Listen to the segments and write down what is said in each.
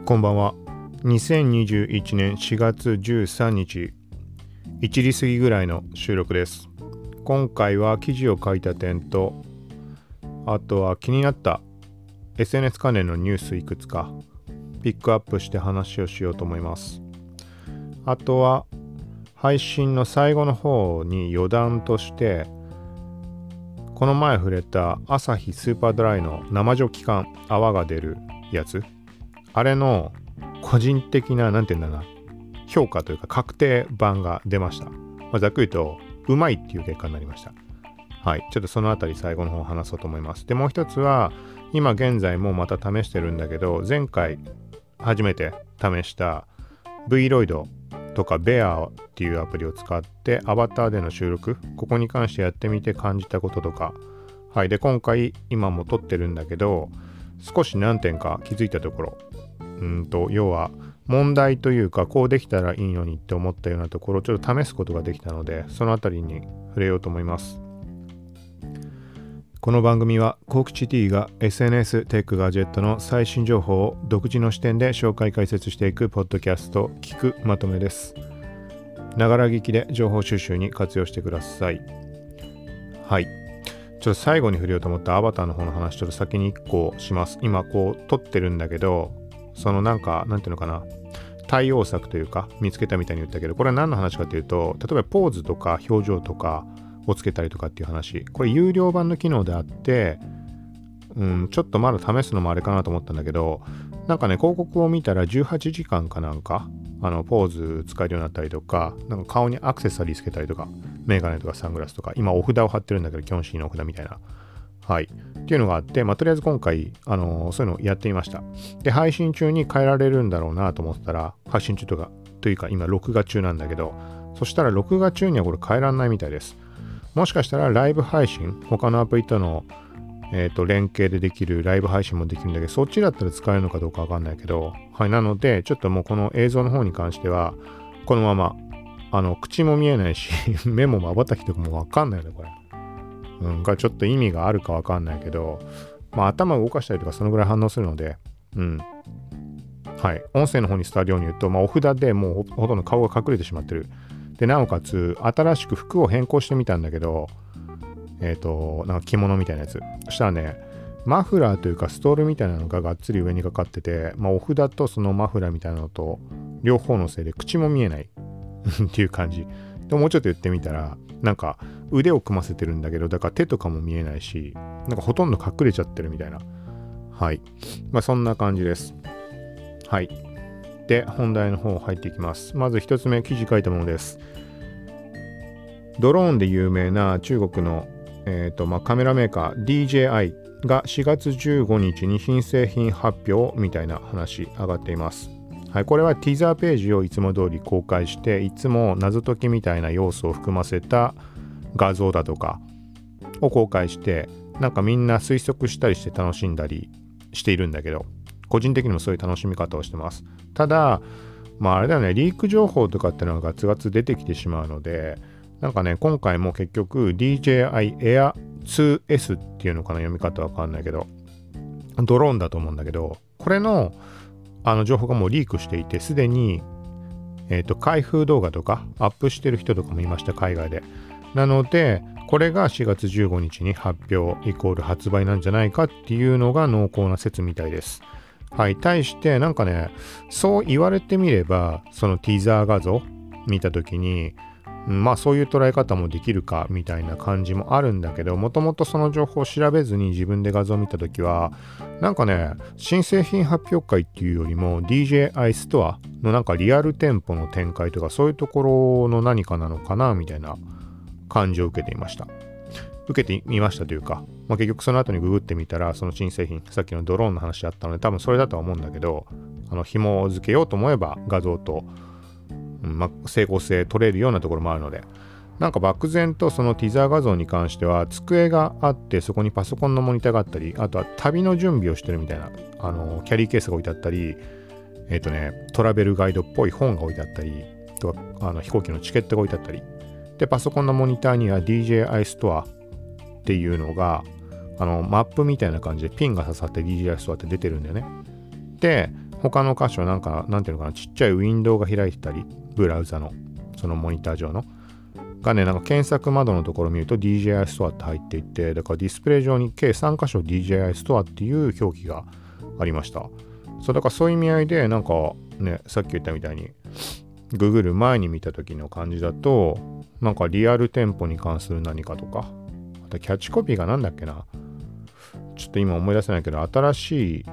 こんばんは。2021年4月13日、1時過ぎぐらいの収録です。今回は記事を書いた点と、あとは気になった SNS 関連のニュースいくつかピックアップして話をしようと思います。あとは配信の最後の方に余談として、この前触れたアサヒスーパードライの生ジョッキ缶泡が出るやつ、あれの個人的な評価というか確定版が出ました。ざっくりとうまいっていう結果になりました。はい、ちょっとそのあたり最後の方話そうと思います。で、もう一つは今現在もまた試してるんだけど、前回初めて試した Vroid とか Bear っていうアプリを使ってアバターでの収録、ここに関してやってみて感じたこととか、はい、で今回今も撮ってるんだけど、少し何点か気づいたところ、要は問題というか、こうできたらいいのにって思ったようなところをちょっと試すことができたので、そのあたりに触れようと思います。この番組はコークチ T が SNS テックガジェットの最新情報を独自の視点で紹介解説していくポッドキャスト聞くまとめです。ながら聞きで情報収集に活用してください。はい、ちょっと最後に触れようと思ったアバターの方の話、ちょっと先に1個します。今こう撮ってるんだけど、そのなんていうのかな、対応策というか見つけたみたいに言ったけど、これは何の話かというと、例えばポーズとか表情とかをつけたりとかっていう話、これ有料版の機能であって、ちょっとまだ試すのもあれかなと思ったんだけど、広告を見たら18時間かポーズ使えるようになったりとか、顔にアクセサリーつけたりとか、メガネとかサングラスとか、今お札を貼ってるんだけど、キョンシーのお札みたいな、はいっていうのがあって、とりあえず今回そういうのをやってみました。で、配信中に変えられるんだろうなと思ってたら、配信中というか今録画中なんだけど、そしたら録画中にはこれ変えられないみたいです。もしかしたらライブ配信、他のアプリとの連携でできるライブ配信もできるんだけど、そっちだったら使えるのかどうかわかんないけど、はい、なのでちょっともうこの映像の方に関してはこのまま口も見えないし目も瞬きとかもわかんないよねこれ。がちょっと意味があるかわかんないけど、頭を動かしたりとかそのぐらい反応するので、はい、音声の方に伝わるように言うと、お札でもうほとんど顔が隠れてしまってる。で、なおかつ新しく服を変更してみたんだけど、着物みたいなやつ。そしたらね、マフラーというかストールみたいなのががっつり上にかかってて、お札とそのマフラーみたいなのと両方のせいで口も見えないっていう感じ。でもうちょっと言ってみたら、腕を組ませてるんだけど、だから手とかも見えないし、ほとんど隠れちゃってるみたいな。はい。そんな感じです。はい。で、本題の方入っていきます。まず一つ目、記事書いたものです。ドローンで有名な中国の、カメラメーカー DJI が4月15日に新製品発表みたいな話上がっています。はい、これはティザーページをいつも通り公開して、いつも謎解きみたいな要素を含ませた画像だとかを公開して、みんな推測したりして楽しんだりしているんだけど、個人的にもそういう楽しみ方をしてます。ただあれだよね、リーク情報とかってのがガツガツ出てきてしまうので、今回も結局 DJI Air 2S っていうのかな、読み方わかんないけどドローンだと思うんだけど、これの情報がもうリークしていて、すでに開封動画とかアップしてる人とかもいました、海外で。なのでこれが4月15日に発表イコール発売なんじゃないかっていうのが濃厚な説みたいです。はい、対してそう言われてみれば、そのティザー画像見た時にそういう捉え方もできるかみたいな感じもあるんだけど、もともとその情報を調べずに自分で画像を見たときは、新製品発表会っていうよりも DJI ストアのリアル店舗の展開とか、そういうところの何かなのかなみたいな感じを受けてみましたというか、結局その後にググってみたら、その新製品、さっきのドローンの話あったので、多分それだとは思うんだけど、紐付けようと思えば画像と整合性取れるようなところもあるので、漠然とそのティザー画像に関しては、机があってそこにパソコンのモニターがあったり、あとは旅の準備をしてるみたいなキャリーケースが置いてあったり、トラベルガイドっぽい本が置いてあったりとか、飛行機のチケットが置いてあったりで、パソコンのモニターには DJI ストアっていうのがマップみたいな感じでピンが刺さって DJI ストアって出てるんだよね。で、 他の箇所なんていうのかな、ちっちゃいウィンドウが開いてたり、ブラウザのそのモニター上のがね、なんか検索窓のところを見ると DJI ストアって入っていて、だからディスプレイ上に計3箇所 DJI ストアっていう表記がありました。そうだからそういう意味合いで、なんかね、さっき言ったみたいにググる前に見た時の感じだと、なんかリアル店舗に関する何かとか、あとキャッチコピーがなんだっけな、ちょっと今思い出せないけど、新しい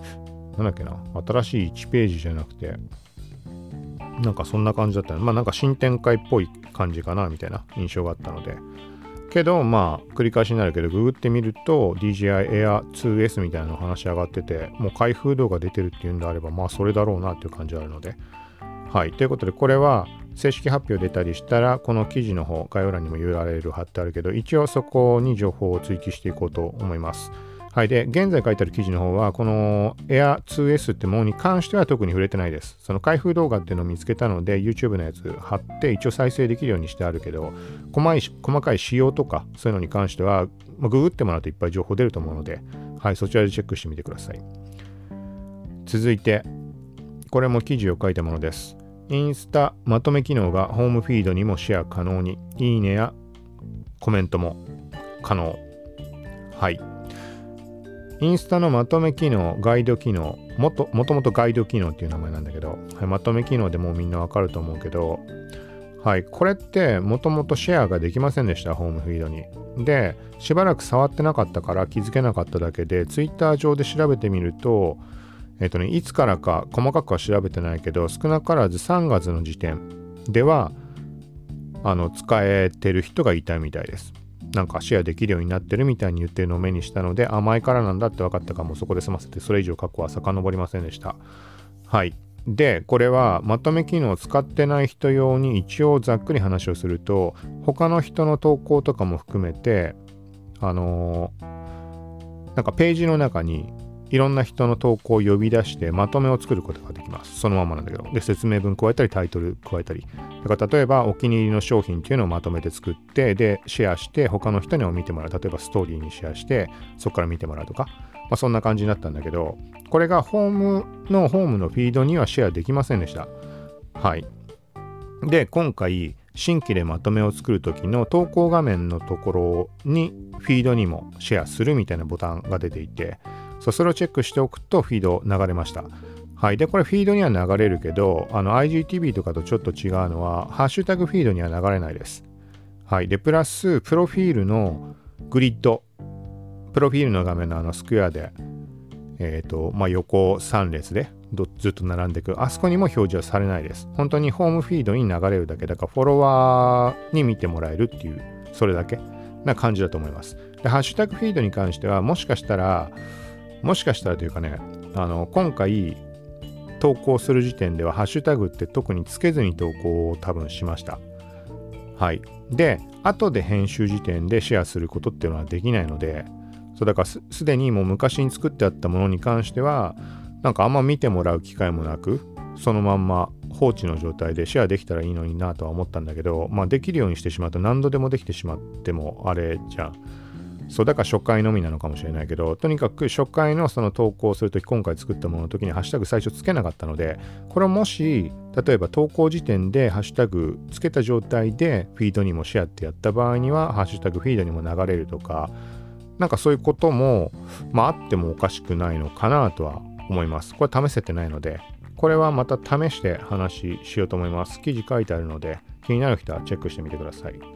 1ページじゃなくて、なんかそんな感じだったね。まあなんか新展開っぽい感じかなみたいな印象があったので。けどまあ繰り返しになるけど、ググってみると DJI Air 2S みたいなの話上がってて、もう開封動画出てるっていうんであれば、まあそれだろうなっていう感じがあるので。はい。ということで、これは正式発表出たりしたら、この記事の方、概要欄にも URL 貼ってあるけど、一応そこに情報を追記していこうと思います。はい。で、現在書いてある記事の方は、この Air 2S ってものに関しては特に触れてないです。その開封動画っていうのを見つけたので、YouTube のやつ貼って、一応再生できるようにしてあるけど、細かい仕様とか、そういうのに関しては、ググってもらうといっぱい情報出ると思うので、はい、そちらでチェックしてみてください。続いて、これも記事を書いたものです。インスタまとめ機能がホームフィードにもシェア可能に、いいねやコメントも可能。はい。インスタのまとめ機能、ガイド機能、もともとガイド機能っていう名前なんだけど、はい、まとめ機能でもうみんなわかると思うけど、はい、これってもともとシェアができませんでした、ホームフィードに。で、しばらく触ってなかったから気づけなかっただけで、ツイッター上で調べてみると、いつからか細かくは調べてないけど、少なからず3月の時点では、使えてる人がいたみたいです。なんかシェアできるようになってるみたいに言ってるのを目にしたので、前からなんだって分かったかも、そこで済ませて、それ以上過去は遡りませんでした。はい。で、これはまとめ機能を使ってない人用に一応ざっくり話をすると、他の人の投稿とかも含めて、なんかページの中にいろんな人の投稿を呼び出してまとめを作ることができます。そのままなんだけど。で、説明文加えたり、タイトル加えたり。だから例えばお気に入りの商品っていうのをまとめて作って、で、シェアして他の人にも見てもらう。例えばストーリーにシェアして、そこから見てもらうとか。そんな感じになったんだけど、これがホームのフィードにはシェアできませんでした。はい。で、今回、新規でまとめを作るときの投稿画面のところにフィードにもシェアするみたいなボタンが出ていて、それをチェックしておくとフィード流れました。はい。で、これフィードには流れるけど、IGTV とかとちょっと違うのは、ハッシュタグフィードには流れないです。はい。で、プラス、プロフィールのグリッド、プロフィールの画面のスクエアで、横3列でずっと並んでいく、あそこにも表示はされないです。本当にホームフィードに流れるだけだから、フォロワーに見てもらえるっていう、それだけな感じだと思います。で、ハッシュタグフィードに関しては、もしかしたらというかね、今回投稿する時点ではハッシュタグって特につけずに投稿を多分しました。はい。で、後で編集時点でシェアすることっていうのはできないので、そうだからすでにもう昔に作ってあったものに関しては、なんかあんま見てもらう機会もなく、そのまんま放置の状態でシェアできたらいいのになとは思ったんだけど、できるようにしてしまうと何度でもできてしまってもあれじゃん。そうだから初回のみなのかもしれないけど、とにかく初回のその投稿するとき、今回作ったものの時にハッシュタグ最初つけなかったので、これもし例えば投稿時点でハッシュタグつけた状態でフィードにもシェアってやった場合には、ハッシュタグフィードにも流れるとか、なんかそういうこともあってもおかしくないのかなとは思います。これ試せてないので、これはまた試して話しようと思います。記事書いてあるので、気になる人はチェックしてみてください。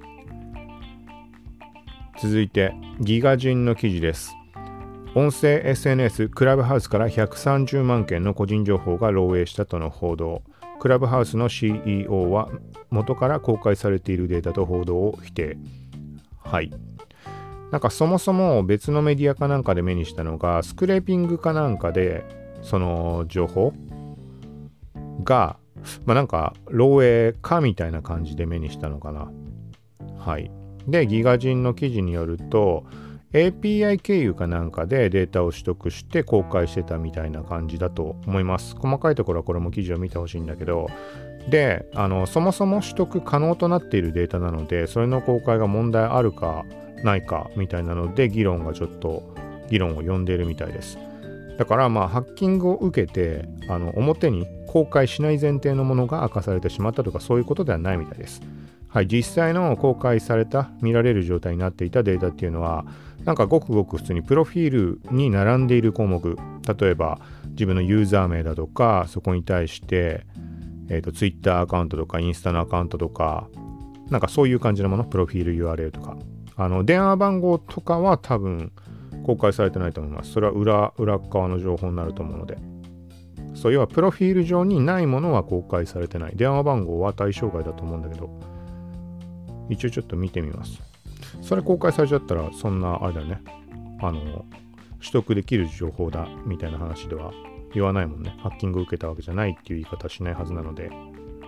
続いて、ギガ人の記事です。音声 SNS クラブハウスから130万件の個人情報が漏洩したとの報道。クラブハウスの CEO は元から公開されているデータと報道を否定。はい。なんかそもそも別のメディアかなんかで目にしたのが、スクレーピングかなんかでその情報が、なんか漏洩かみたいな感じで目にしたのかな。はい。で、ギガ人の記事によると、API 経由かなんかでデータを取得して公開してたみたいな感じだと思います。細かいところはこれも記事を見てほしいんだけど、で、そもそも取得可能となっているデータなので、それの公開が問題あるかないかみたいなので、議論を呼んでいるみたいです。 だからまあハッキングを受けて表に公開しない前提のものが明かされてしまったとかそういうことではないみたいです。はい、実際の公開された見られる状態になっていたデータっていうのはなんかごくごく普通にプロフィールに並んでいる項目、例えば自分のユーザー名だとかそこに対してTwitter アカウントとかインスタのアカウントとかなんかそういう感じのもの、プロフィール URL とか電話番号とかは多分公開されてないと思います。それは裏側の情報になると思うので、そう要はプロフィール上にないものは公開されてない。電話番号は対象外だと思うんだけど、一応ちょっと見てみます。それ公開されちゃったらそんなあれだよね、取得できる情報だみたいな話では言わないもんね。ハッキングを受けたわけじゃないっていう言い方はしないはずなので、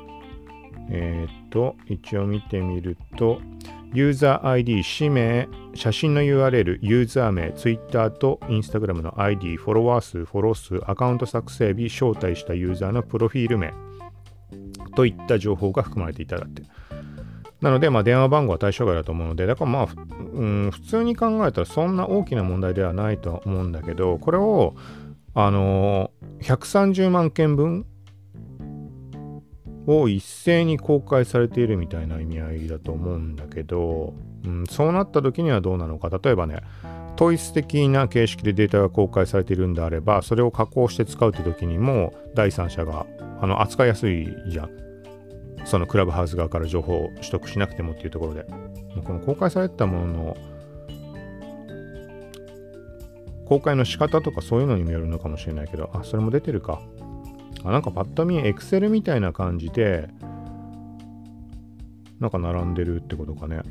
一応見てみるとユーザー ID、氏名、写真の URL、ユーザー名、Twitter と Instagram の ID、フォロワー数、フォロー数、アカウント作成日、招待したユーザーのプロフィール名といった情報が含まれていただって。なので、まあ、電話番号は対象外だと思うので、だからまあ、普通に考えたらそんな大きな問題ではないとは思うんだけど、これを、130万件分を一斉に公開されているみたいな意味合いだと思うんだけど、そうなった時にはどうなのか。例えばね、統一的な形式でデータが公開されているんであれば、それを加工して使うって時にも第三者が扱いやすいじゃん。そのクラブハウス側から情報を取得しなくてもっていうところで、この公開されたものの公開の仕方とかそういうのにもよるのかもしれないけど、それも出てるか。なんかパッと見 Excel みたいな感じでなんか並んでるってことかね。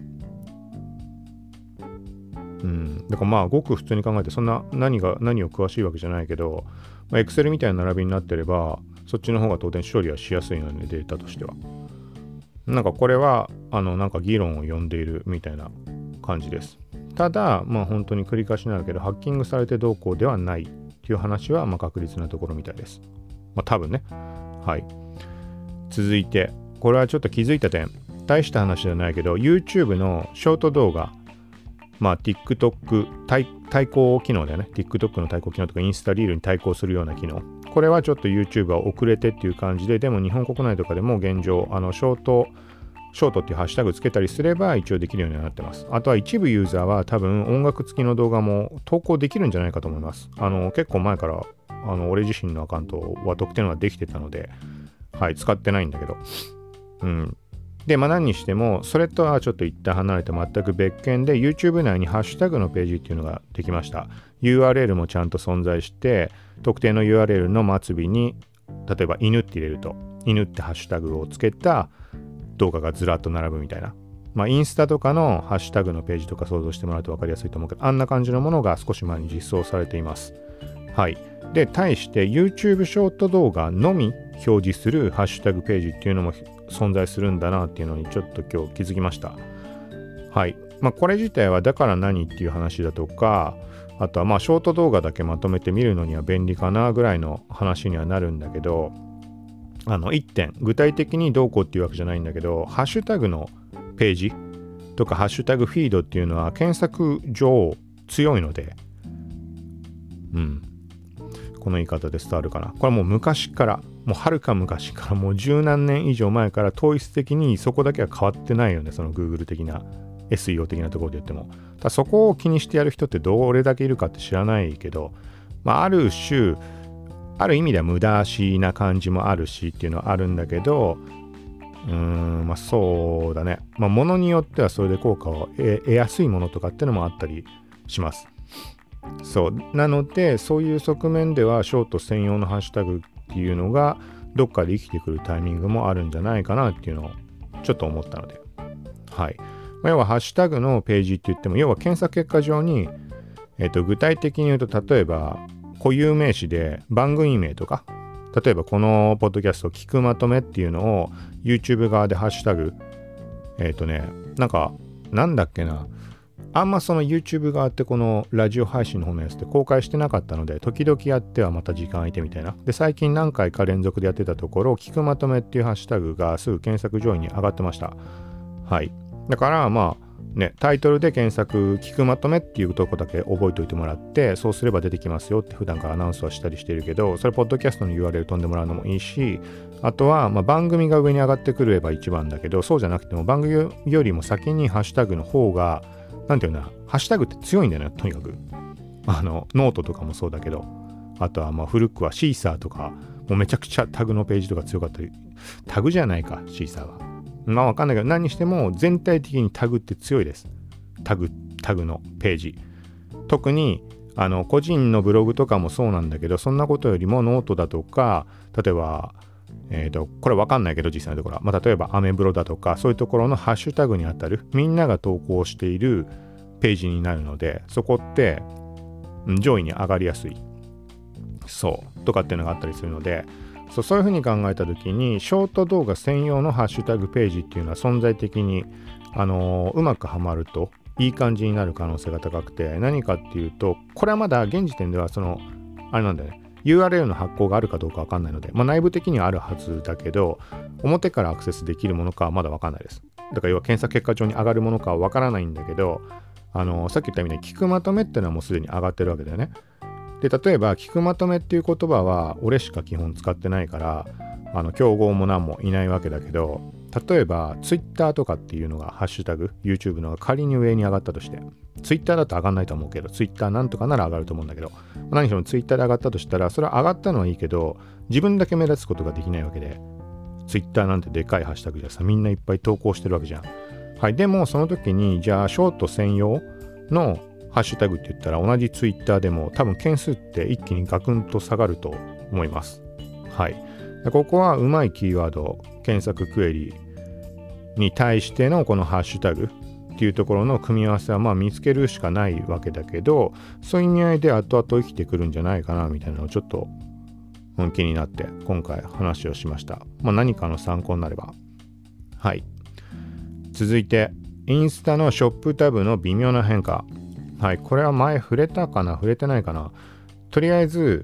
だからまあごく普通に考えてそんな何を詳しいわけじゃないけど、Excel みたいな並びになってればそっちの方が当然処理はしやすいので、データとしてはなんかこれはなんか議論を呼んでいるみたいな感じです。ただまあ本当に繰り返しになるけど、ハッキングされてどうこうではないっていう話はまあ確実なところみたいです。多分ね。はい。続いて、これはちょっと気づいた点、大した話じゃないけど YouTube のショート動画、TikTok 対抗機能だよね。 TikTok の対抗機能とかインスタリールに対抗するような機能、これはちょっと YouTube は遅れてっていう感じで、でも日本国内とかでも現状ショートっていうハッシュタグつけたりすれば一応できるようになってます。あとは一部ユーザーは多分音楽付きの動画も投稿できるんじゃないかと思います。結構前から俺自身のアカウントは特定のができてたので、はい、使ってないんだけど、で何にしてもそれとはちょっと一旦離れて全く別件で YouTube 内にハッシュタグのページっていうのができました。 URL もちゃんと存在して、特定の URL の末尾に例えば犬って入れると犬ってハッシュタグをつけた動画がずらっと並ぶみたいな、インスタとかのハッシュタグのページとか想像してもらうと分かりやすいと思うけど、あんな感じのものが少し前に実装されています。はい。で、対して YouTube ショート動画のみ表示するハッシュタグページっていうのも存在するんだなっていうのにちょっと今日気づきました。はい。これ自体はだから何っていう話だとか、あとはショート動画だけまとめて見るのには便利かなぐらいの話にはなるんだけど、一点具体的にどうこうっていうわけじゃないんだけど、ハッシュタグのページとかハッシュタグフィードっていうのは検索上強いので、この言い方で伝わるかな。これはもう昔から、もうはるか昔から、もう十何年以上前から統一的にそこだけは変わってないよね。その Google 的な SEO 的なところで言っても。そこを気にしてやる人ってどれだけいるかって知らないけど、ある種ある意味では無駄足な感じもあるしっていうのはあるんだけど、そうだね。ものによってはそれで効果を得やすいものとかっていうのもあったりします。そうなので、そういう側面ではショート専用のハッシュタグっていうのがどっかで生きてくるタイミングもあるんじゃないかなっていうのをちょっと思ったので、はい。要はハッシュタグのページって言っても、要は検索結果上に、具体的に言うと、例えば固有名詞で番組名とか、例えばこのポッドキャスト聞くまとめっていうのを YouTube 側でハッシュタグなんだっけな、あんまその YouTube 側ってこのラジオ配信の方のやつって公開してなかったので、時々やってはまた時間空いてみたいな。で、最近何回か連続でやってたところ、聞くまとめっていうハッシュタグがすぐ検索上位に上がってました。はい。だからね、タイトルで検索聞くまとめっていうとこだけ覚えておいてもらって、そうすれば出てきますよって普段からアナウンスはしたりしてるけど、それポッドキャストの URL 飛んでもらうのもいいし、あとは番組が上に上がってくれば一番だけど、そうじゃなくても番組よりも先にハッシュタグの方がなんていうのハッシュタグって強いんだよね。とにかくノートとかもそうだけど、あとは古くはシーサーとかもうめちゃくちゃタグのページとか強かったり、タグじゃないかシーサーはわかんないけど、何にしても全体的にタグって強いです。タグのページ、特に個人のブログとかもそうなんだけど、そんなことよりもノートだとか、例えばこれわかんないけど実際のところは、例えばアメブロだとかそういうところのハッシュタグにあたるみんなが投稿しているページになるので、そこって上位に上がりやすいそうとかっていうのがあったりするので、そういうふうに考えた時にショート動画専用のハッシュタグページっていうのは存在的にうまくはまるといい感じになる可能性が高くて、何かっていうと、これはまだ現時点ではあれなんだよね、URL の発行があるかどうかわかんないので、内部的にはあるはずだけど、表からアクセスできるものかはまだわかんないです。だから要は検索結果上に上がるものかはわからないんだけど、さっき言ったみたいに聞くまとめっていうのはもうすでに上がってるわけだよね。で、例えば聞くまとめっていう言葉は俺しか基本使ってないから、競合も何もいないわけだけど、例えば Twitter とかっていうのがハッシュタグ YouTube のが仮に上に上がったとして、Twitter だと上がんないと思うけど、Twitter なんとかなら上がると思うんだけど、何しろ Twitter で上がったとしたら、それは上がったのはいいけど、自分だけ目立つことができないわけで、Twitter なんてでかいハッシュタグじゃさ、みんないっぱい投稿してるわけじゃん。はい、でもその時にじゃあショート専用のハッシュタグって言ったら、同じ Twitter でも多分件数って一気にガクンと下がると思います。はい。ここはうまいキーワード、検索クエリに対してのこのハッシュタグっていうところの組み合わせは見つけるしかないわけだけど、そういう意味合いで後々生きてくるんじゃないかなみたいなのをちょっと気になって今回話をしました。何かの参考になれば。はい。続いて、インスタのショップタブの微妙な変化。はい、これは前触れたかな触れてないかな。とりあえず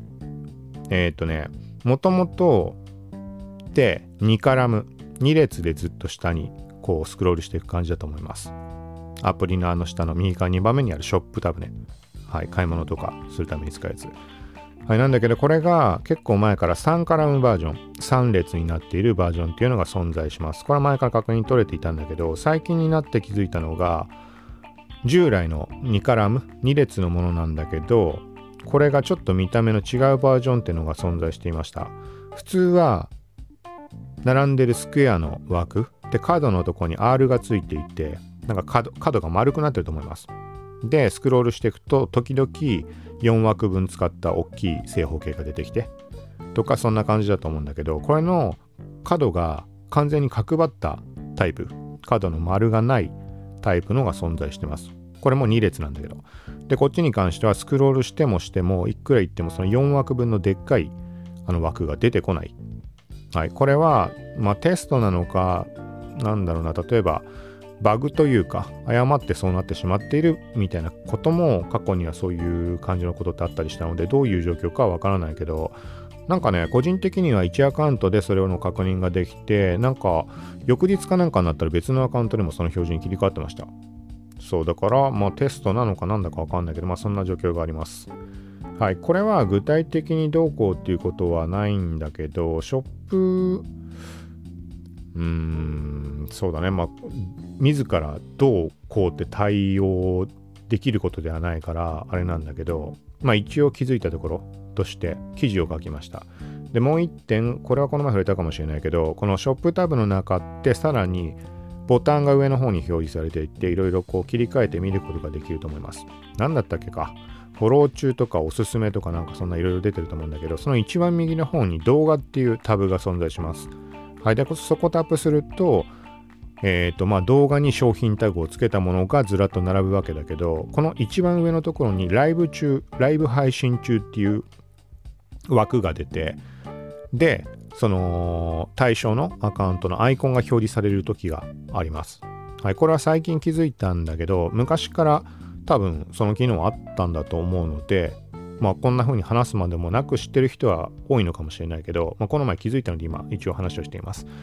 もともとで2カラム2列でずっと下にこうスクロールしていく感じだと思います。アプリの下の右から2番目にあるショップタブね。はい、買い物とかするために使うやつ。はい、なんだけどこれが結構前から3カラムバージョン、3列になっているバージョンっていうのが存在します。これは前から確認取れていたんだけど、最近になって気づいたのが、従来の2カラム2列のものなんだけど、これがちょっと見た目の違うバージョンっていうのが存在していました。普通は並んでるスクエアの枠で角のところに R がついていて、なんか角が丸くなってると思います。でスクロールしていくと時々4枠分使った大きい正方形が出てきてとか、そんな感じだと思うんだけど、これの角が完全に角張ったタイプ、角の丸がないタイプのが存在してます。これも2列なんだけど、でこっちに関してはスクロールしてもいくら言ってもその4枠分のでっかい枠が出てこない。はい、これはテストなのかなんだろうな、例えばバグというか誤ってそうなってしまっているみたいなことも過去にはそういう感じのことってあったりしたので、どういう状況かはわからないけど、なんかね個人的には1アカウントでそれの確認ができて、なんか翌日かなんかになったら別のアカウントでもその表示に切り替わってました。そうだからテストなのかなんだかわかんないけど、そんな状況があります。はい、これは具体的にどうこうっていうことはないんだけど、ショップそうだね、自らどうこうって対応できることではないからあれなんだけど、一応気づいたところとして記事を書きました。でもう一点、これはこの前触れたかもしれないけど、このショップタブの中ってさらにボタンが上の方に表示されていて、いろいろこう切り替えて見ることができると思います。なんだったっけか、フォロー中とかおすすめとかなんかそんないろいろ出てると思うんだけど、その一番右の方に動画っていうタブが存在します。はい、でそこをタップすると、動画に商品タグをつけたものがずらっと並ぶわけだけど、この一番上のところにライブ配信中っていう枠が出て、でその対象のアカウントのアイコンが表示される時があります。はい、これは最近気づいたんだけど、昔から多分その機能あったんだと思うので、こんな風に話すまでもなく知ってる人は多いのかもしれないけど、この前気づいたので今一応話をしています。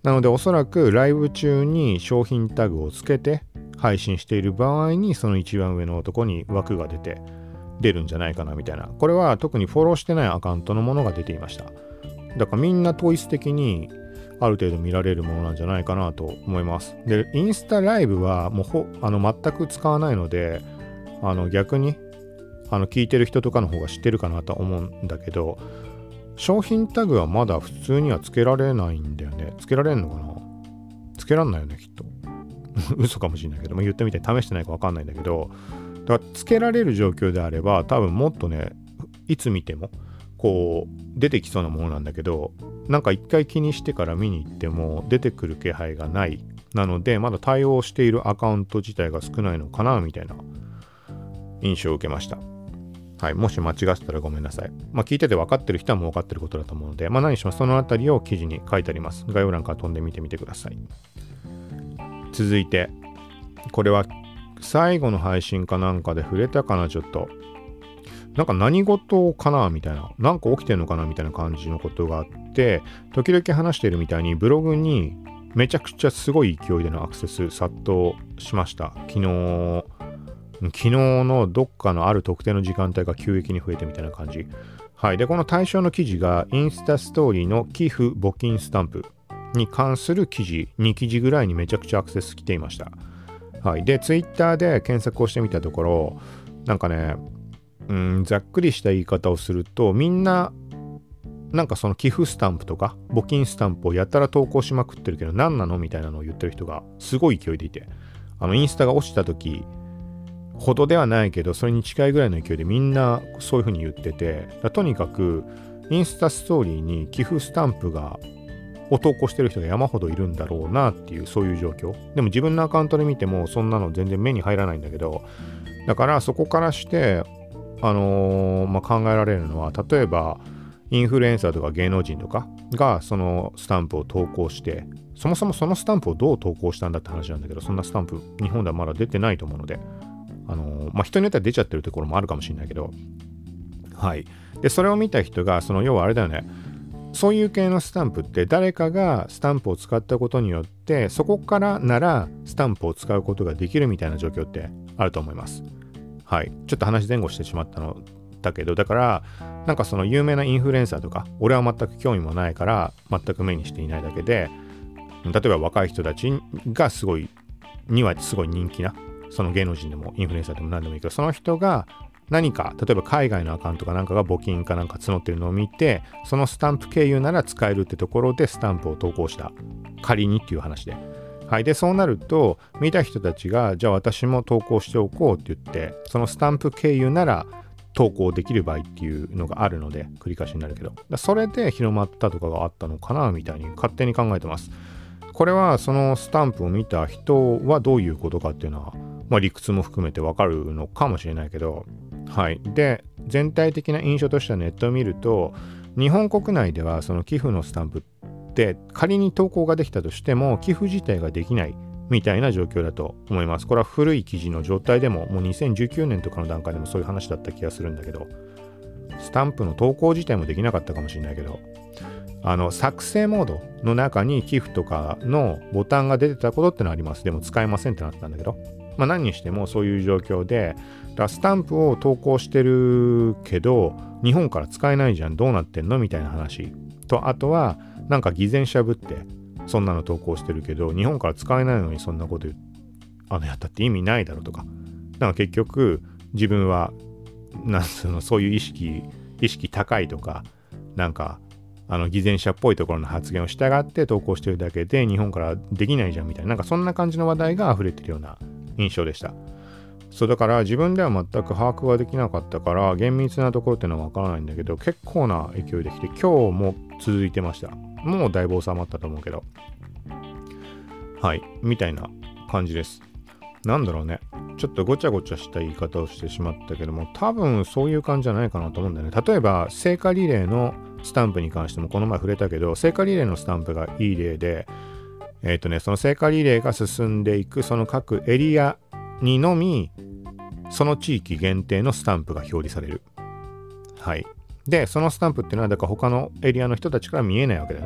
なのでおそらくライブ中に商品タグをつけて配信している場合にその一番上のとこに枠が出るんじゃないかなみたいな。これは特にフォローしてないアカウントのものが出ていました。だからみんな統一的にある程度見られるものなんじゃないかなと思います。で、インスタライブはもう全く使わないので、逆に聞いてる人とかの方が知ってるかなと思うんだけど、商品タグはまだ普通にはつけられないんだよね。つけられんのかな？つけらんないよね、きっと。嘘かもしれないけど、言ってみて試してないか分かんないんだけど、だからつけられる状況であれば多分もっとね、いつ見てもこう出てきそうなものなんだけど、なんか一回気にしてから見に行っても出てくる気配がない。なのでまだ対応しているアカウント自体が少ないのかなみたいな印象を受けました。はい、もし間違ってたらごめんなさい。聞いてて分かってる人はもう分かってることだと思うので、何しろそのあたりを記事に書いてあります。概要欄から飛んでみてみてください。続いて、これは最後の配信かなんかで触れたかな、ちょっと。なんか何事かなみたいな、なんか起きてんのかなみたいな感じのことがあって、時々話しているみたいにブログにめちゃくちゃすごい勢いでのアクセス殺到しました。昨日のどっかのある特定の時間帯が急激に増えてみたいな感じ。はい。で、この対象の記事がインスタストーリーの寄付募金スタンプに関する記事、2記事ぐらいにめちゃくちゃアクセス来ていました。はい。で、ツイッターで検索をしてみたところ、なんかね、ざっくりした言い方をすると、みんな、なんかその寄付スタンプとか募金スタンプをやたら投稿しまくってるけど、何なのみたいなのを言ってる人がすごい勢いでいて、インスタが落ちた時ほどではないけど、それに近いぐらいの勢いでみんなそういう風に言ってて、とにかくインスタストーリーに寄付スタンプを投稿してる人が山ほどいるんだろうなっていう、そういう状況。でも自分のアカウントで見てもそんなの全然目に入らないんだけど、だからそこからして考えられるのは、例えばインフルエンサーとか芸能人とかがそのスタンプを投稿して、そもそもそのスタンプをどう投稿したんだって話なんだけど、そんなスタンプ日本ではまだ出てないと思うので、人によっては出ちゃってるところもあるかもしれないけど、はい。で、それを見た人が、要はあれだよね、そういう系のスタンプって誰かがスタンプを使ったことによって、そこからならスタンプを使うことができるみたいな状況ってあると思います。はい。ちょっと話前後してしまったのだけど、だから、なんかその有名なインフルエンサーとか、俺は全く興味もないから全く目にしていないだけで、例えば若い人たちがすごい人気な、その芸能人でもインフルエンサーでも何でもいいけど、その人が何か、例えば海外のアカウントかなんかが募金かなんか募ってるのを見て、そのスタンプ経由なら使えるってところでスタンプを投稿した。仮にっていう話で。はい。で、そうなると、見た人たちが、じゃあ私も投稿しておこうって言って、そのスタンプ経由なら投稿できる場合っていうのがあるので、繰り返しになるけど、それで広まったとかがあったのかな、みたいに勝手に考えてます。これはそのスタンプを見た人はどういうことかっていうのは、理屈も含めてわかるのかもしれないけど、はい。で、全体的な印象としてはネットを見ると、日本国内ではその寄付のスタンプって仮に投稿ができたとしても寄付自体ができないみたいな状況だと思います。これは古い記事の状態でも、もう2019年とかの段階でもそういう話だった気がするんだけど、スタンプの投稿自体もできなかったかもしれないけど、作成モードの中に寄付とかのボタンが出てたことってのあります。でも使えませんってなったんだけど、何にしてもそういう状況で、スタンプを投稿してるけど日本から使えないじゃん、どうなってんのみたいな話と、あとはなんか偽善者ぶってそんなの投稿してるけど日本から使えないのにそんなことやったって意味ないだろうとか、なんか結局自分はそういう意識高いとか、なんか偽善者っぽいところの発言を従って投稿してるだけで日本からできないじゃんみたいな、なんかそんな感じの話題が溢れてるような印象でした。そうだから自分では全く把握ができなかったから厳密なところっていうのはわからないんだけど、結構な勢いできて今日も続いてました。もうだいぶ収まったと思うけど、はいみたいな感じです。なんだろうね、ちょっとごちゃごちゃした言い方をしてしまったけども、多分そういう感じじゃないかなと思うんだよね。例えば聖火リレーのスタンプに関してもこの前触れたけど、聖火リレーのスタンプがいい例で、その聖火リレーが進んでいくその各エリアにのみその地域限定のスタンプが表示される。はい。で、そのスタンプっていうのはだから他のエリアの人たちから見えないわけだよね。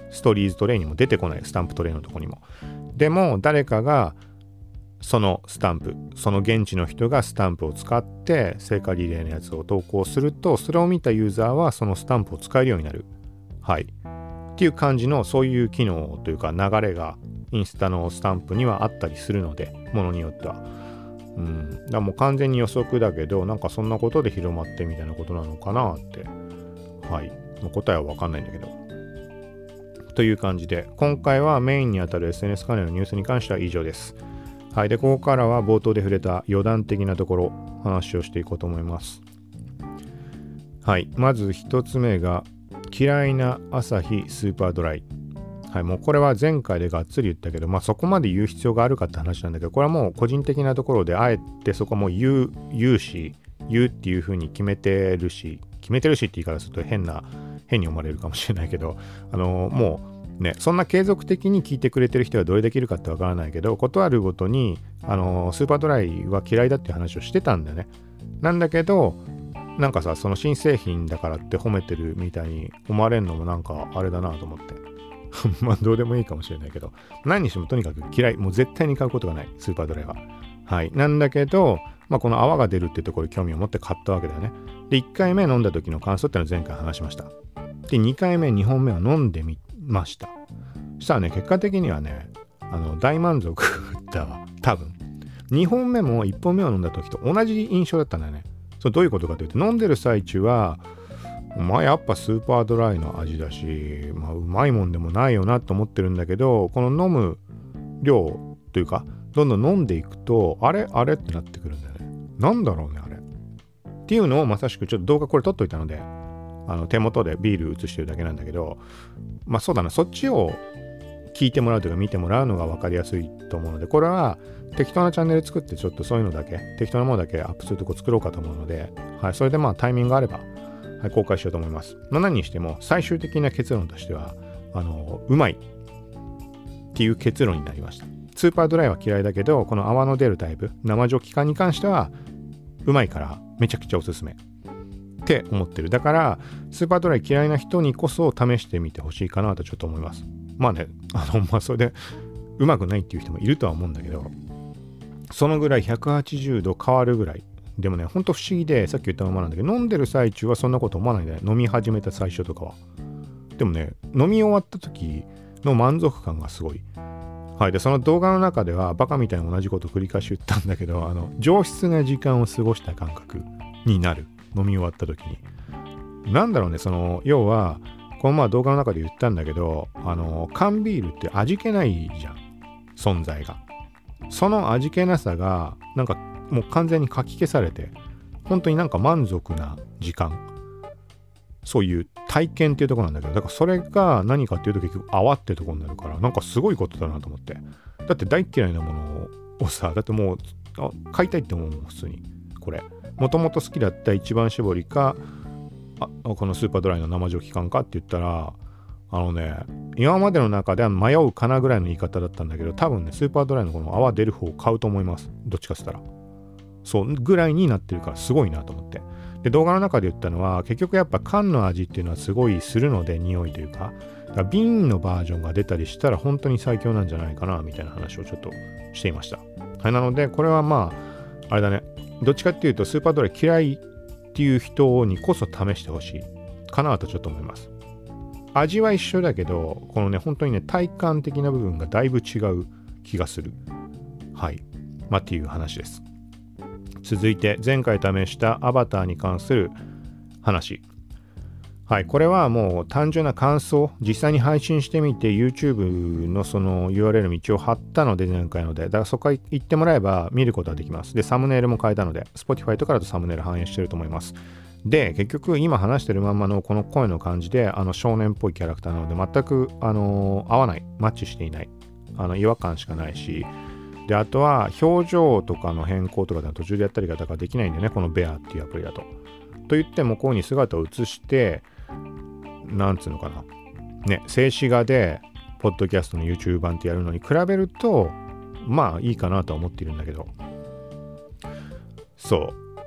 ストーリーズトレイにも出てこない、スタンプトレイのとこにも。でも誰かがそのスタンプ、その現地の人がスタンプを使って聖火リレーのやつを投稿すると、それを見たユーザーはそのスタンプを使えるようになる。はい。っていう感じの、そういう機能というか流れがインスタのスタンプにはあったりするので、ものによっては。だからもう完全に予測だけど、なんかそんなことで広まってみたいなことなのかなって。はい。もう答えはわかんないんだけど。という感じで、今回はメインにあたる SNS 関連のニュースに関しては以上です。はい。で、ここからは冒頭で触れた余談的なところ、話をしていこうと思います。はい。まず一つ目が、嫌いなアサヒスーパードライ。はい。もうこれは前回でがっつり言ったけど、そこまで言う必要があるかって話なんだけど、これはもう個人的なところで、あえてそこも言うっていう風に決めてるしって言い方すると変に思われるかもしれないけど、もうね、そんな継続的に聞いてくれてる人がどれできるかってわからないけど、ことあるごとにスーパードライは嫌いだっていう話をしてたんだよね。なんだけど、なんかさ、その新製品だからって褒めてるみたいに思われるのもなんかあれだなと思ってどうでもいいかもしれないけど、何にしてもとにかく嫌い、もう絶対に買うことがない、スーパードライは。はい。なんだけど、この泡が出るってところに興味を持って買ったわけだよね。で、1回目飲んだ時の感想ってのは前回話しました。で、2回目、2本目は飲んでみました。そしたらね、結果的にはね、大満足だわ。多分。2本目も1本目を飲んだ時と同じ印象だったんだよね。それどういうことかというと、飲んでる最中は、やっぱスーパードライの味だし、うまいもんでもないよなと思ってるんだけど、この飲む量というか、どんどん飲んでいくと、あれってなってくるんだよね。なんだろうね、あれ。っていうのをまさしくちょっと動画これ撮っといたので、手元でビール映してるだけなんだけど、そうだな、そっちを聞いてもらうというか見てもらうのが分かりやすいと思うので、これは適当なチャンネル作ってちょっとそういうのだけ、適当なものだけアップするとこ作ろうかと思うので、はい、それでタイミングがあれば、はい、公開しようと思います。何にしても最終的な結論としては、うまいっていう結論になりました。スーパードライは嫌いだけど、この泡の出るタイプ、生ジョッキ缶に関してはうまいからめちゃくちゃおすすめって思ってる。だからスーパードライ嫌いな人にこそ試してみてほしいかなとちょっと思います。それでうまくないっていう人もいるとは思うんだけど、そのぐらい180度変わるぐらい。でもね、ほんと不思議で、さっき言ったままなんだけど、飲んでる最中はそんなこと思わないんだよ。飲み始めた最初とかは。でもね、飲み終わった時の満足感がすごい。はい。で、その動画の中ではバカみたいに同じことを繰り返し言ったんだけど、上質な時間を過ごした感覚になる。飲み終わった時に。なんだろうね、要は、この動画の中で言ったんだけど、缶ビールって味気ないじゃん。存在が。その味気なさが、なんかもう完全にかき消されて、本当になんか満足な時間。そういう体験っていうところなんだけど、だからそれが何かっていうと結局泡ってところになるから、なんかすごいことだなと思って。だって大嫌いなものをさ、だってもう買いたいって思うもん、普通に。これ。もともと好きだった一番搾りか、このスーパードライの生ジョッキ缶かって言ったら、今までの中では迷うかなぐらいの言い方だったんだけど、多分ね、スーパードライのこの泡出る方を買うと思います。どっちかっつったら。そうぐらいになってるからすごいなと思って。で、動画の中で言ったのは、結局やっぱ缶の味っていうのはすごいするので、匂いというか、だから瓶のバージョンが出たりしたら本当に最強なんじゃないかな、みたいな話をちょっとしていました。はい、なので、これはあれだね、どっちかっていうと、スーパードライ嫌いっていう人にこそ試してほしいかなとちょっと思います。味は一緒だけど、このね、本当にね、体感的な部分がだいぶ違う気がする。はい。っていう話です。続いて、前回試したアバターに関する話。はい。これはもう単純な感想、実際に配信してみて、YouTube のその URL 道を貼ったので、前回ので、だからそこから行ってもらえば見ることができます。で、サムネイルも変えたので、Spotify とかだとサムネイル反映してると思います。で、結局今話してるまんまのこの声の感じで、少年っぽいキャラクターなので、全く合わない、マッチしていない、違和感しかないし、で、あとは表情とかの変更とかで途中でやったり方ができないんだよね、このベアっていうアプリだと。と言っても、こういう風に姿を映して、なんつうのかな。ね、静止画で、ポッドキャストの YouTube 版ってやるのに比べると、いいかなとは思っているんだけど。そう。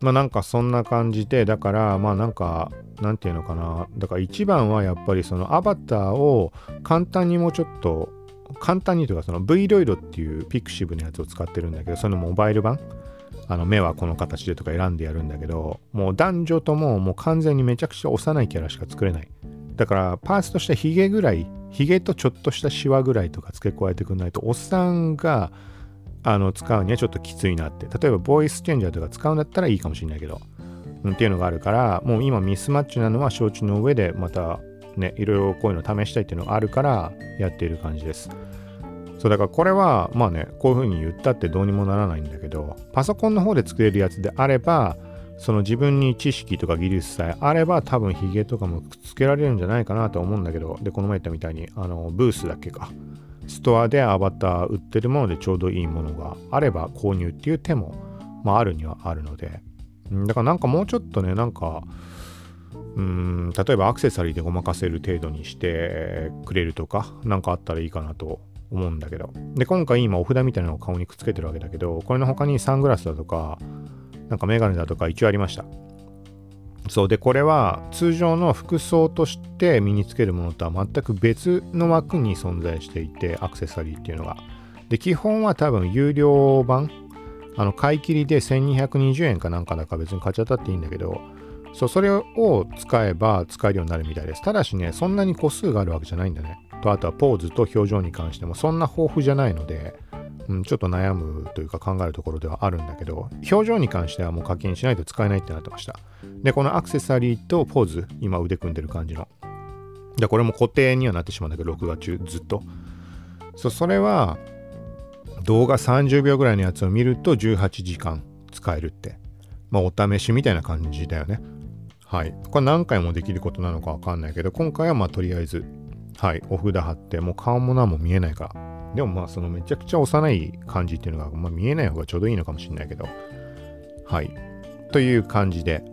まあなんかそんな感じで、だからまあなんかなんていうのかな、だから一番はやっぱりそのアバターを簡単にもうちょっと簡単にというか、その V ロイドっていうピクシブのやつを使ってるんだけど、そのモバイル版、目はこの形でとか選んでやるんだけど、もう男女とももう完全にめちゃくちゃ幼いキャラしか作れない。だからパーツとしてヒゲぐらい、ヒゲとちょっとしたシワぐらいとか付け加えてくんないと、おっさんが使うにはちょっときついなって。例えばボイスチェンジャーとか使うんだったらいいかもしれないけど、っていうのがあるから、もう今ミスマッチなのは承知の上で、またね、いろいろこういうの試したいっていうのがあるからやっている感じです。そうだからこれはまあね、こういう風に言ったってどうにもならないんだけど、パソコンの方で作れるやつであれば、その自分に知識とか技術さえあれば多分ヒゲとかもくっつけられるんじゃないかなと思うんだけど、でこの前言ったみたいにブースだっけか、ストアでアバター売ってるものでちょうどいいものがあれば購入っていう手も、まあ、あるにはあるので、だからなんかもうちょっとね、なんか例えばアクセサリーでごまかせる程度にしてくれるとかなんかあったらいいかなと思うんだけど、で今回今お札みたいなのを顔にくっつけてるわけだけど、これの他にサングラスだとかなんかメガネだとか一応ありました。そうで、これは通常の服装として身につけるものとは全く別の枠に存在していて、アクセサリーっていうのが。で、基本は多分有料版、買い切りで1220円かなんかだから別に買っちゃったっていいんだけど、そう、それを使えば使えるようになるみたいです。ただしね、そんなに個数があるわけじゃないんだね。と、あとはポーズと表情に関してもそんな豊富じゃないので、ちょっと悩むというか考えるところではあるんだけど、表情に関してはもう課金しないと使えないってなってました。で、このアクセサリーとポーズ、今腕組んでる感じの。で、これも固定にはなってしまうんだけど、録画中ずっと。そう、それは動画30秒ぐらいのやつを見ると18時間使えるって。まあお試しみたいな感じだよね。はい。これ何回もできることなのかわかんないけど、今回はまあとりあえず、はい、お札貼って、もう顔も何も見えないから。でもまあそのめちゃくちゃ幼い感じっていうのが、まあ、見えない方がちょうどいいのかもしれないけど、はい。という感じで、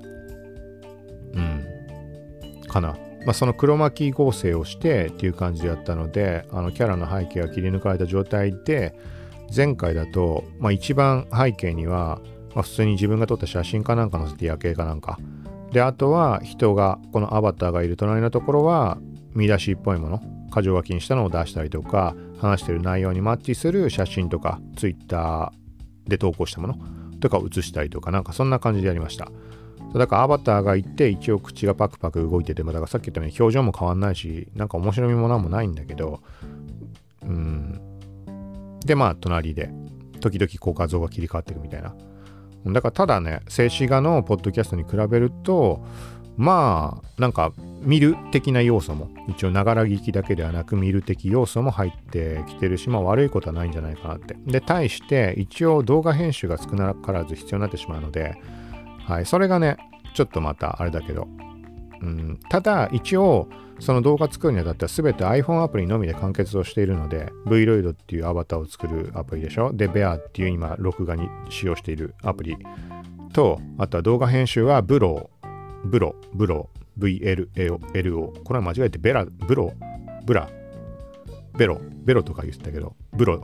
かな。まあその黒巻き合成をしてっていう感じでやったので、キャラの背景が切り抜かれた状態で、前回だと、まあ一番背景には、まあ、普通に自分が撮った写真かなんか載せて夜景かなんか。で、あとは人が、このアバターがいる隣のところは、見出しっぽいもの、箇条書きにしたのを出したりとか、話してる内容にマッチする写真とか、ツイッターで投稿したものとかを写したりとか、なんかそんな感じでやりました。だからアバターがいて、一応口がパクパク動いてても、だからさっき言ったように表情も変わんないし、なんか面白みもなんもないんだけど、で、まあ、隣で、時々こう画像が切り替わっていくみたいな。だからただね、静止画のポッドキャストに比べると、まあなんか見る的な要素も一応ながら聞きだけではなく見る的要素も入ってきてるし、まあ悪いことはないんじゃないかなって。で、対して一応動画編集が少なからず必要になってしまうので、はい、それがねちょっとまたあれだけど、ただ一応その動画作るにあたっては全て iPhone アプリのみで完結をしているので、 Vroid っていうアバターを作るアプリでしょ。で、Bear っていう今録画に使用しているアプリと、あとは動画編集はブロ、VLLO。これは間違えてベロとか言ってたけど、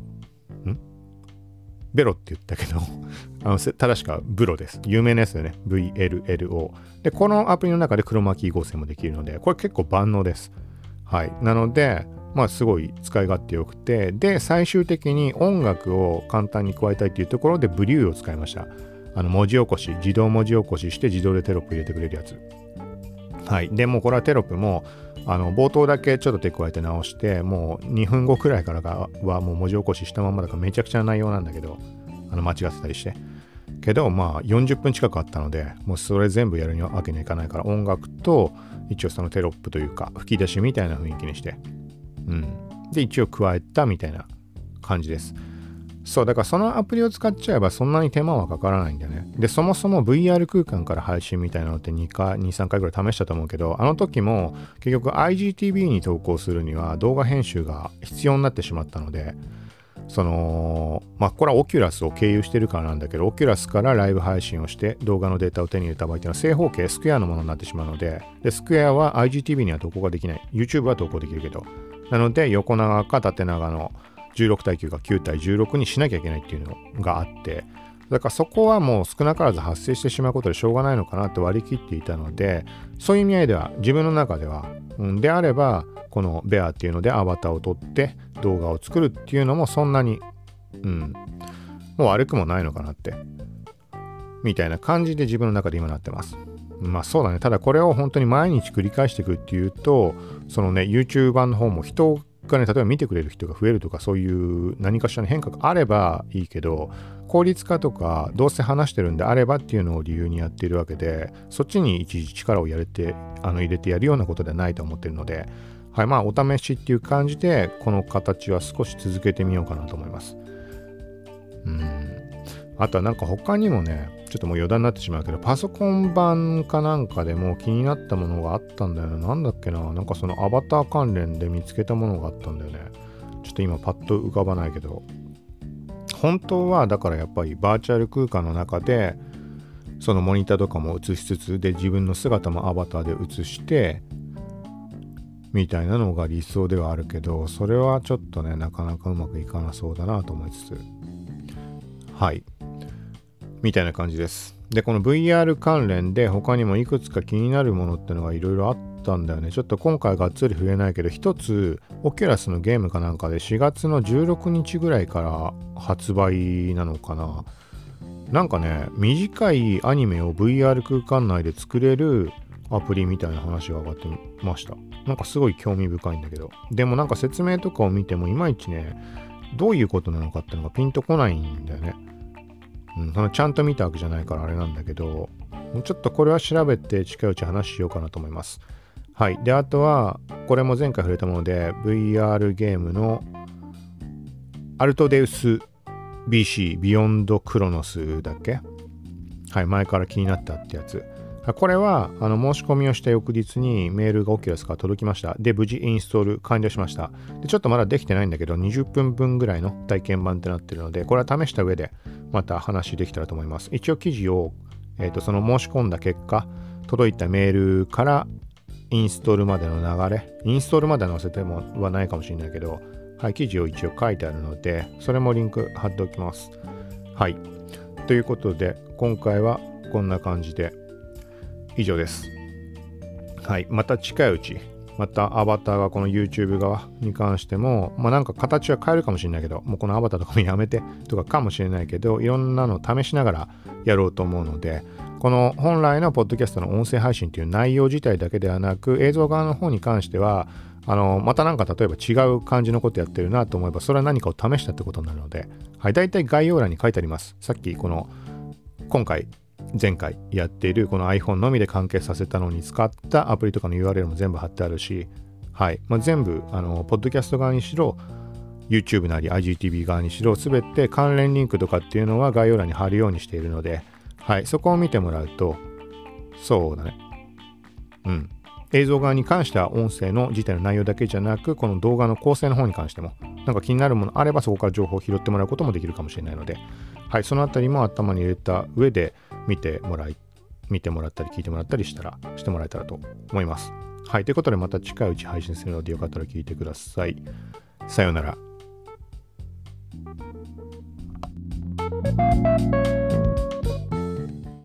ベロって言ったけど正しくはブロです。有名なやつだよね。VLLO。で、このアプリの中で黒巻き合成もできるので、これ結構万能です。はい。なので、まあすごい使い勝手良くて、で、最終的に音楽を簡単に加えたいっていうところでブリューを使いました。文字起こし、自動文字起こしして自動でテロップ入れてくれるやつ。はい。でもうこれはテロップも冒頭だけちょっと手加えて直して、もう2分後くらいからはもう文字起こししたままだからめちゃくちゃな内容なんだけど、間違ってたりして。けどまあ40分近くあったので、もうそれ全部やるわけにはいかないから、音楽と一応そのテロップというか吹き出しみたいな雰囲気にして、で一応加えたみたいな感じです。そう、だからそのアプリを使っちゃえばそんなに手間はかからないんだよね。で、そもそも VR 空間から配信みたいなのって2、3回ぐらい試したと思うけど、あの時も結局 IGTV に投稿するには動画編集が必要になってしまったので、まあこれはオキュラスを経由してるからなんだけど、オキュラスからライブ配信をして動画のデータを手に入れた場合っていうのは正方形スクエアのものになってしまうので、スクエアは IGTV には投稿ができない。YouTube は投稿できるけど。なので横長か縦長の16対9か9対16にしなきゃいけないっていうのがあって、 だからそこはもう少なからず発生してしまうことでしょうがないのかなって割り切っていたので、そういう意味合いでは自分の中では、であればこのベアっていうのでアバターを撮って動画を作るっていうのもそんなにもう悪くもないのかなってみたいな感じで自分の中で今なってます。まあそうだね。ただこれを本当に毎日繰り返していくっていうと、そのね YouTuber の方も人がね、例えば見てくれる人が増えるとか、そういう何かしらの変化があればいいけど、効率化とかどうせ話してるんであればっていうのを理由にやっているわけで、そっちに一時力を入れてやるようなことではないと思ってるので、はい、まあお試しっていう感じでこの形は少し続けてみようかなと思います。あとはなんか他にもね、ちょっともう余談になってしまうけど、パソコン版かなんかでも気になったものがあったんだよね。なんだっけな、なんかそのアバター関連で見つけたものがあったんだよね。ちょっと今パッと浮かばないけど、本当はだからやっぱりバーチャル空間の中でそのモニターとかも映しつつで、自分の姿もアバターで映してみたいなのが理想ではあるけど、それはちょっとねなかなかうまくいかなそうだなと思いつつ、はいみたいな感じです。でこの VR 関連で他にもいくつか気になるものってのがいろいろあったんだよね。ちょっと今回がっつり触れないけど、一つオキュラスのゲームかなんかで4月の16日ぐらいから発売なのかな。なんかね短いアニメを VR 空間内で作れるアプリみたいな話が上がってました。なんかすごい興味深いんだけど、でもなんか説明とかを見てもいまいちねどういうことなのかってのがピンとこないんだよね。そのちゃんと見たわけじゃないからあれなんだけど、もうちょっとこれは調べて近いうち話しようかなと思います。はい。であとはこれも前回触れたもので VR ゲームのアルトデウス BC ビヨンドクロノスだっけ。はい、前から気になったってやつ。これは申し込みをした翌日にメールがオキュラスから届きました。で無事インストール完了しました。でちょっとまだできてないんだけど20分分ぐらいの体験版ってなってるので、これは試した上でまた話できたらと思います。一応記事を、その申し込んだ結果届いたメールからインストールまでの流れ、インストールまで載せてもはないかもしれないけど、はい、記事を一応書いてあるのでそれもリンク貼っておきます。はい、ということで今回はこんな感じで以上です。はい、また近いうちまたアバターがこの YouTube 側に関してもなんか形は変えるかもしれないけど、もうこのアバターとかもやめてとかかもしれないけど、いろんなのを試しながらやろうと思うので、この本来のポッドキャストの音声配信という内容自体だけではなく、映像側の方に関してはまたなんか例えば違う感じのことやってるなと思えば、それは何かを試したってことになるので、はい、だいたい概要欄に書いてあります。さっき今回前回やっているこの iPhone のみで完結させたのに使ったアプリとかの URL も全部貼ってあるし、はい、全部ポッドキャスト側にしろ YouTube なり IGTV 側にしろ全て関連リンクとかっていうのは概要欄に貼るようにしているので、はい、そこを見てもらうと、そうだね、映像側に関しては音声の自体の内容だけじゃなく、この動画の構成の方に関してもなんか気になるものあればそこから情報を拾ってもらうこともできるかもしれないので、はい、そのあたりも頭に入れた上で見てもらったり聞いてもらったりしてもらえたらと思います。はい、ということでまた近いうち配信するのでよかったら聞いてください。さようなら。